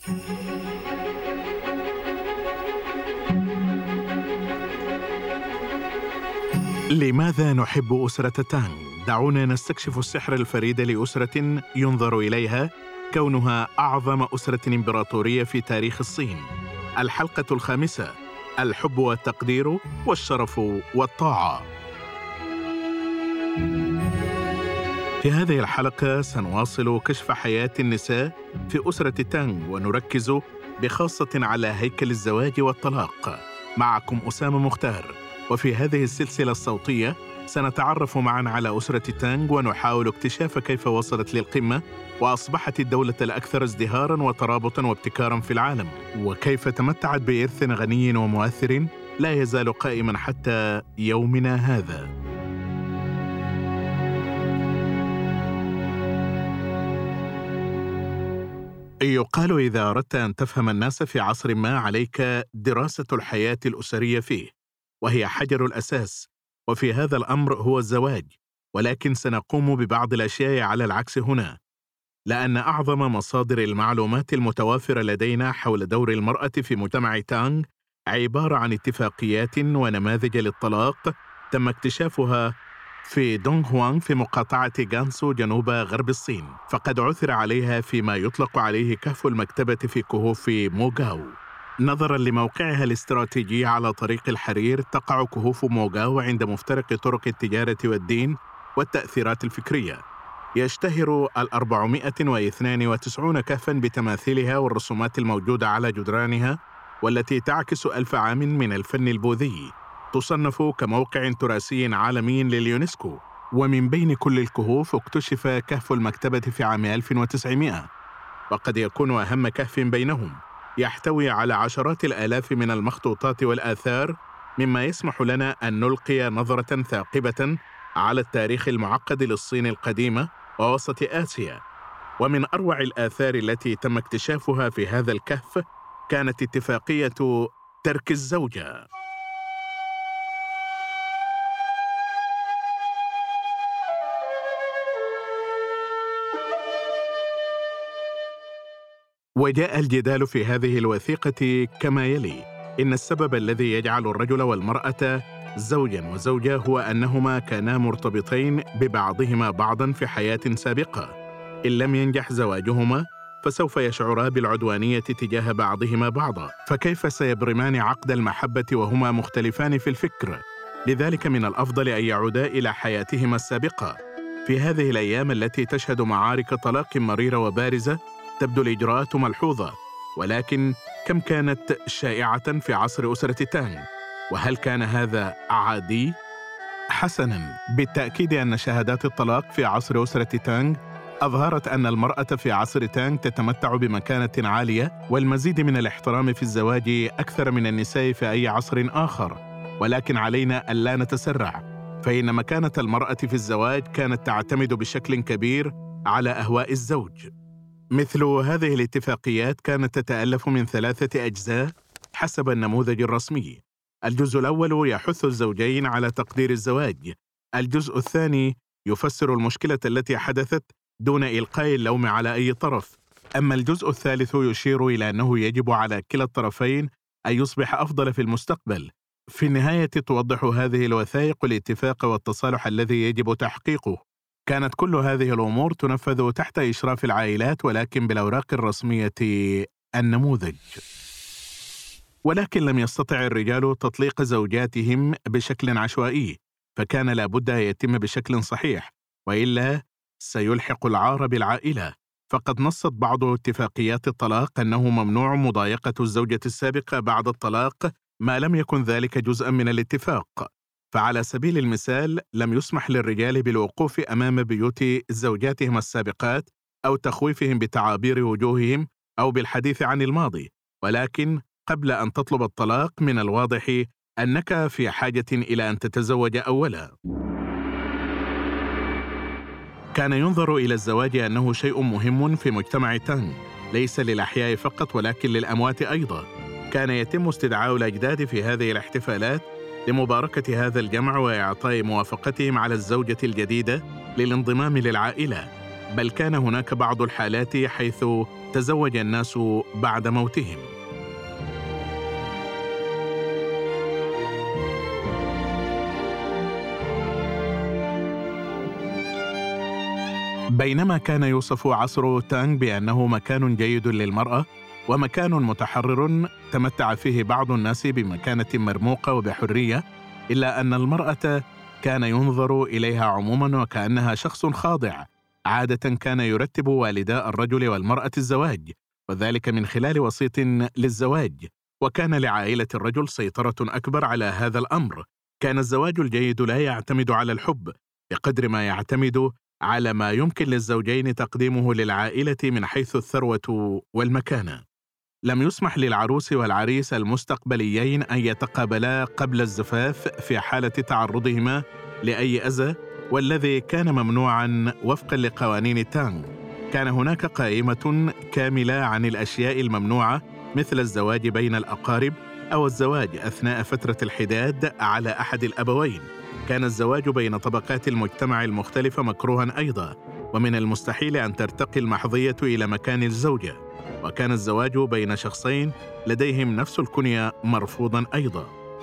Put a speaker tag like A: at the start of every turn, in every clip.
A: لماذا نحب أسرة تانغ؟ دعونا نستكشف السحر الفريد لأسرة ينظر إليها كونها أعظم أسرة إمبراطورية في تاريخ الصين. الحلقة الخامسة: الحب والتقدير والشرف والطاعة. في هذه الحلقة سنواصل كشف حياة النساء في أسرة تانغ، ونركز بخاصة على هيكل الزواج والطلاق. معكم أسامة مختار، وفي هذه السلسلة الصوتية سنتعرف معا على أسرة تانغ ونحاول اكتشاف كيف وصلت للقمة وأصبحت الدولة الأكثر ازدهاراً وترابطاً وابتكاراً في العالم، وكيف تمتعت بإرث غني ومؤثر لا يزال قائماً حتى يومنا هذا. يقال إذا أردت أن تفهم الناس في عصر ما عليك دراسة الحياة الأسرية فيه، وهي حجر الأساس، وفي هذا الأمر هو الزواج. ولكن سنقوم ببعض الأشياء على العكس هنا، لأن أعظم مصادر المعلومات المتوافرة لدينا حول دور المرأة في مجتمع تانغ عبارة عن اتفاقيات ونماذج للطلاق تم اكتشافها في دونغ هوانغ في مقاطعة غانسو جنوب غرب الصين، فقد عثر عليها فيما يطلق عليه كهف المكتبة في كهوف موغاو. نظراً لموقعها الاستراتيجي على طريق الحرير، تقع كهوف موغاو عند مفترق طرق التجارة والدين والتأثيرات الفكرية. يشتهر 492 كهفاً بتماثيلها والرسومات الموجودة على جدرانها، والتي تعكس 1000 عام من الفن البوذي. تصنف كموقع تراثي عالمي لليونسكو. ومن بين كل الكهوف اكتشف كهف المكتبة في عام 1900، وقد يكون أهم كهف بينهم. يحتوي على عشرات الآلاف من المخطوطات والآثار، مما يسمح لنا أن نلقي نظرة ثاقبة على التاريخ المعقد للصين القديمة ووسط آسيا. ومن أروع الآثار التي تم اكتشافها في هذا الكهف كانت اتفاقية ترك الزوجة. وجاء الجدال في هذه الوثيقة كما يلي: إن السبب الذي يجعل الرجل والمرأة زوجاً وزوجة هو أنهما كانا مرتبطين ببعضهما بعضاً في حياة سابقة. إن لم ينجح زواجهما فسوف يشعرا بالعدوانية تجاه بعضهما بعضاً، فكيف سيبرمان عقد المحبة وهما مختلفان في الفكر؟ لذلك من الأفضل أن يعودا إلى حياتهما السابقة. في هذه الأيام التي تشهد معارك طلاق مريرة وبارزة، تبدو الإجراءات ملحوظة، ولكن كم كانت شائعة في عصر أسرة تانغ؟ وهل كان هذا عادي؟ حسناً، بالتأكيد أن شهادات الطلاق في عصر أسرة تانغ أظهرت أن المرأة في عصر تانغ تتمتع بمكانة عالية والمزيد من الاحترام في الزواج أكثر من النساء في أي عصر آخر. ولكن علينا ألا نتسرع، فإن مكانة المرأة في الزواج كانت تعتمد بشكل كبير على أهواء الزوج. مثل هذه الاتفاقيات كانت تتألف من 3 أجزاء حسب النموذج الرسمي. الجزء الأول يحث الزوجين على تقدير الزواج. الجزء الثاني يفسر المشكلة التي حدثت دون إلقاء اللوم على أي طرف. أما الجزء الثالث يشير إلى أنه يجب على كلا الطرفين أن يصبح أفضل في المستقبل. في النهاية توضح هذه الوثائق الاتفاق والتصالح الذي يجب تحقيقه. كانت كل هذه الأمور تنفذ تحت إشراف العائلات، ولكن بالأوراق الرسمية النموذج. ولكن لم يستطع الرجال تطليق زوجاتهم بشكل عشوائي، فكان لابد أن يتم بشكل صحيح، وإلا سيلحق العار بالعائلة. فقد نصت بعض اتفاقيات الطلاق أنه ممنوع مضايقة الزوجة السابقة بعد الطلاق ما لم يكن ذلك جزءاً من الاتفاق. فعلى سبيل المثال لم يسمح للرجال بالوقوف أمام بيوت زوجاتهم السابقات أو تخويفهم بتعابير وجوههم أو بالحديث عن الماضي. ولكن قبل أن تطلب الطلاق من الواضح أنك في حاجة إلى أن تتزوج أولا. كان ينظر إلى الزواج أنه شيء مهم في مجتمع تانغ، ليس للأحياء فقط ولكن للأموات أيضا. كان يتم استدعاء الأجداد في هذه الاحتفالات لمباركة هذا الجمع وإعطاء موافقتهم على الزوجة الجديدة للانضمام للعائلة. بل كان هناك بعض الحالات حيث تزوج الناس بعد موتهم. بينما كان يوصف عصر تانغ بأنه مكان جيد للمرأة ومكان متحرر تمتع فيه بعض الناس بمكانة مرموقة وبحرية، إلا أن المرأة كان ينظر إليها عموما وكأنها شخص خاضع. عادة كان يرتب والدا الرجل والمرأة الزواج، وذلك من خلال وسيط للزواج، وكان لعائلة الرجل سيطرة أكبر على هذا الأمر. كان الزواج الجيد لا يعتمد على الحب بقدر ما يعتمد على ما يمكن للزوجين تقديمه للعائلة من حيث الثروة والمكانة. لم يسمح للعروس والعريس المستقبليين أن يتقابلا قبل الزفاف في حالة تعرضهما لأي أذى، والذي كان ممنوعاً وفقاً لقوانين تانغ. كان هناك قائمة كاملة عن الأشياء الممنوعة، مثل الزواج بين الأقارب أو الزواج أثناء فترة الحداد على أحد الأبوين. كان الزواج بين طبقات المجتمع المختلفة مكروها أيضا، ومن المستحيل أن ترتقي المحظية إلى مكان الزوجة. وكان الزواج بين شخصين لديهم نفس الكنية مرفوضا أيضا.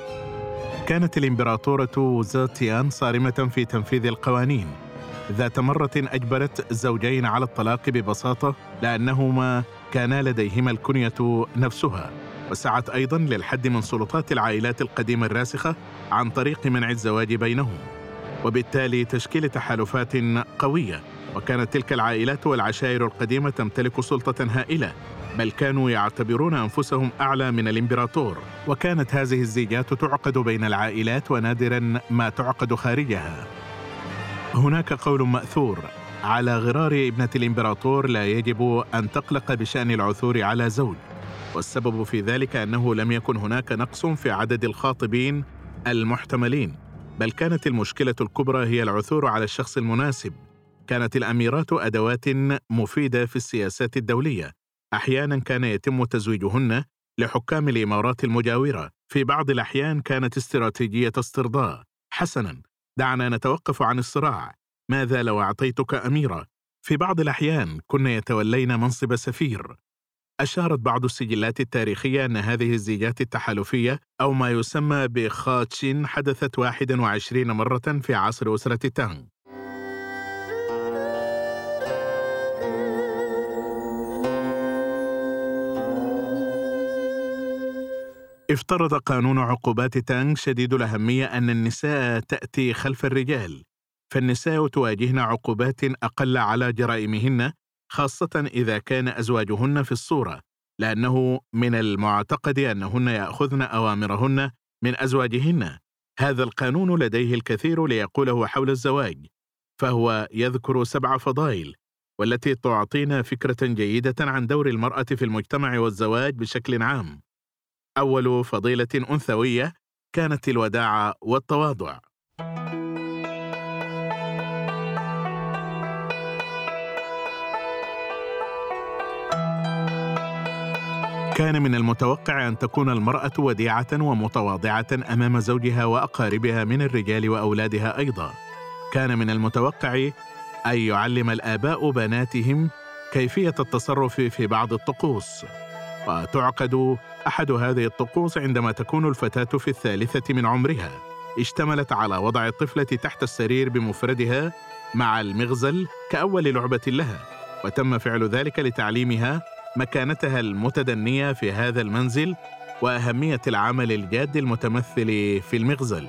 A: كانت الإمبراطورة زوتيان صارمة في تنفيذ القوانين. ذات مرة أجبرت الزوجين على الطلاق ببساطة لأنهما كانا لديهما الكنية نفسها، وسعت أيضا للحد من سلطات العائلات القديمة الراسخة عن طريق منع الزواج بينهم، وبالتالي تشكيل تحالفات قوية. وكانت تلك العائلات والعشائر القديمة تمتلك سلطة هائلة، بل كانوا يعتبرون أنفسهم أعلى من الإمبراطور. وكانت هذه الزيجات تعقد بين العائلات ونادراً ما تعقد خارجها. هناك قول مأثور: على غرار ابنة الإمبراطور لا يجب أن تقلق بشأن العثور على زوج، والسبب في ذلك أنه لم يكن هناك نقص في عدد الخاطبين المحتملين، بل كانت المشكلة الكبرى هي العثور على الشخص المناسب. كانت الأميرات أدوات مفيدة في السياسات الدولية. أحياناً كان يتم تزويجهن لحكام الإمارات المجاورة، في بعض الأحيان كانت استراتيجية استرضاء. حسناً، دعنا نتوقف عن الصراع. ماذا لو أعطيتك أميرة؟ في بعض الأحيان كن يتولين منصب سفير. أشارت بعض السجلات التاريخية أن هذه الزيجات التحالفية أو ما يسمى بخاتشين حدثت 21 مرة في عصر أسرة تانغ. افترض قانون عقوبات تانغ شديد الأهمية أن النساء تأتي خلف الرجال، فالنساء تواجهن عقوبات أقل على جرائمهن، خاصة إذا كان أزواجهن في الصورة، لأنه من المعتقد أنهن يأخذن أوامرهن من أزواجهن. هذا القانون لديه الكثير ليقوله حول الزواج، فهو يذكر 7 فضائل، والتي تعطينا فكرة جيدة عن دور المرأة في المجتمع والزواج بشكل عام. أول فضيلة أنثوية كانت الوداعة والتواضع. كان من المتوقع أن تكون المرأة وديعة ومتواضعة أمام زوجها وأقاربها من الرجال وأولادها أيضا. كان من المتوقع أن يعلم الآباء بناتهم كيفية التصرف في بعض الطقوس، وتعقد أحد هذه الطقوس عندما تكون الفتاة في 3 من عمرها. اشتملت على وضع الطفلة تحت السرير بمفردها مع المغزل كأول لعبة لها، وتم فعل ذلك لتعليمها مكانتها المتدنية في هذا المنزل وأهمية العمل الجاد المتمثل في المغزل.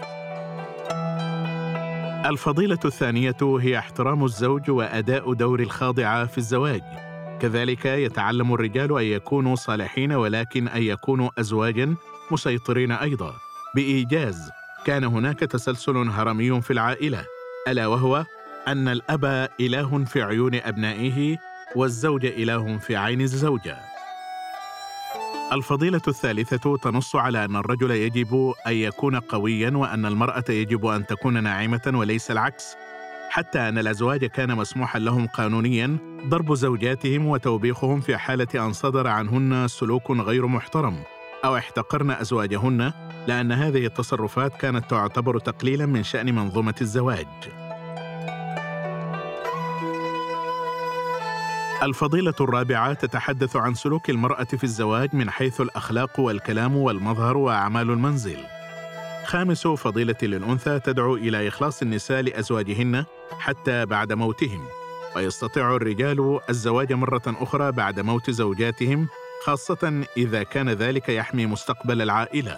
A: الفضيلة الثانية هي احترام الزوج وأداء دور الخاضعة في الزواج. كذلك يتعلم الرجال أن يكونوا صالحين، ولكن أن يكونوا أزواجاً مسيطرين أيضاً. بإيجاز، كان هناك تسلسل هرمي في العائلة، ألا وهو أن الأب إله في عيون أبنائه والزوج إله في عين الزوجة. الفضيلة الثالثة تنص على أن الرجل يجب أن يكون قوياً، وأن المرأة يجب أن تكون ناعمة وليس العكس. حتى أن الأزواج كان مسموحاً لهم قانونياً ضرب زوجاتهم وتوبيخهم في حالة أن صدر عنهن سلوك غير محترم أو احتقرن أزواجهن، لأن هذه التصرفات كانت تعتبر تقليلاً من شأن منظومة الزواج. الفضيلة الرابعة تتحدث عن سلوك المرأة في الزواج من حيث الأخلاق والكلام والمظهر وأعمال المنزل. خامس فضيلة للأنثى تدعو إلى إخلاص النساء لأزواجهن حتى بعد موتهم، ويستطيع الرجال الزواج مرة أخرى بعد موت زوجاتهم، خاصة إذا كان ذلك يحمي مستقبل العائلة.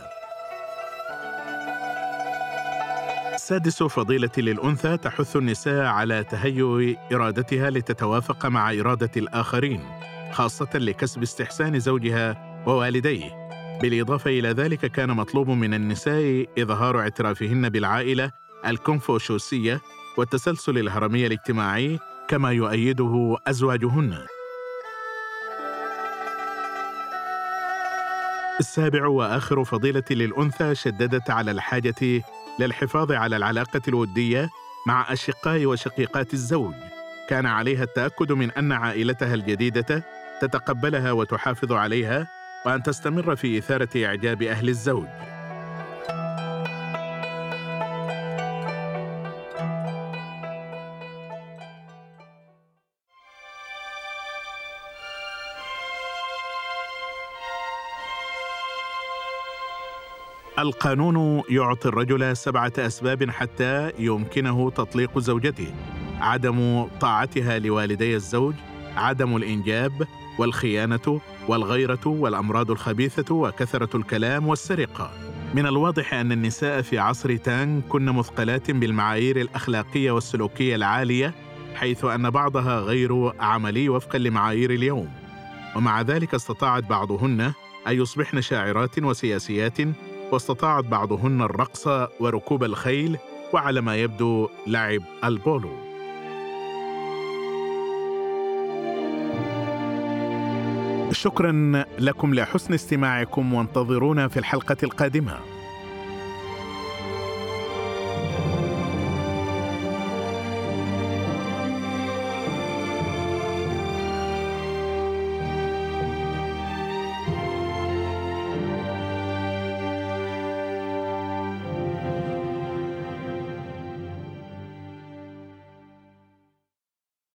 A: سادس فضيلة للأنثى تحث النساء على تهيئ إرادتها لتتوافق مع إرادة الآخرين، خاصة لكسب استحسان زوجها ووالديه. بالإضافة إلى ذلك كان مطلوب من النساء إظهار اعترافهن بالعائلة الكونفوشيوسية والتسلسل الهرمي الاجتماعي كما يؤيده أزواجهن. السابع وآخر فضيلة للأنثى شددت على الحاجة للحفاظ على العلاقة الودية مع أشقاء وشقيقات الزوج. كان عليها التأكد من أن عائلتها الجديدة تتقبلها وتحافظ عليها، وأن تستمر في إثارة إعجاب أهل الزوج. القانون يعطي الرجل 7 أسباب حتى يمكنه تطليق زوجته: عدم طاعتها لوالدي الزوج، عدم الإنجاب، والخيانة، والغيرة، والأمراض الخبيثة، وكثرة الكلام، والسرقة. من الواضح أن النساء في عصر تانغ كن مثقلات بالمعايير الأخلاقية والسلوكية العالية، حيث أن بعضها غير عملي وفقا لمعايير اليوم، ومع ذلك استطاعت بعضهن أن يصبحن شاعرات وسياسيات، واستطاعت بعضهن الرقص وركوب الخيل، وعلى ما يبدو لعب البولو. شكراً لكم لحسن استماعكم، وانتظرونا في الحلقة القادمة.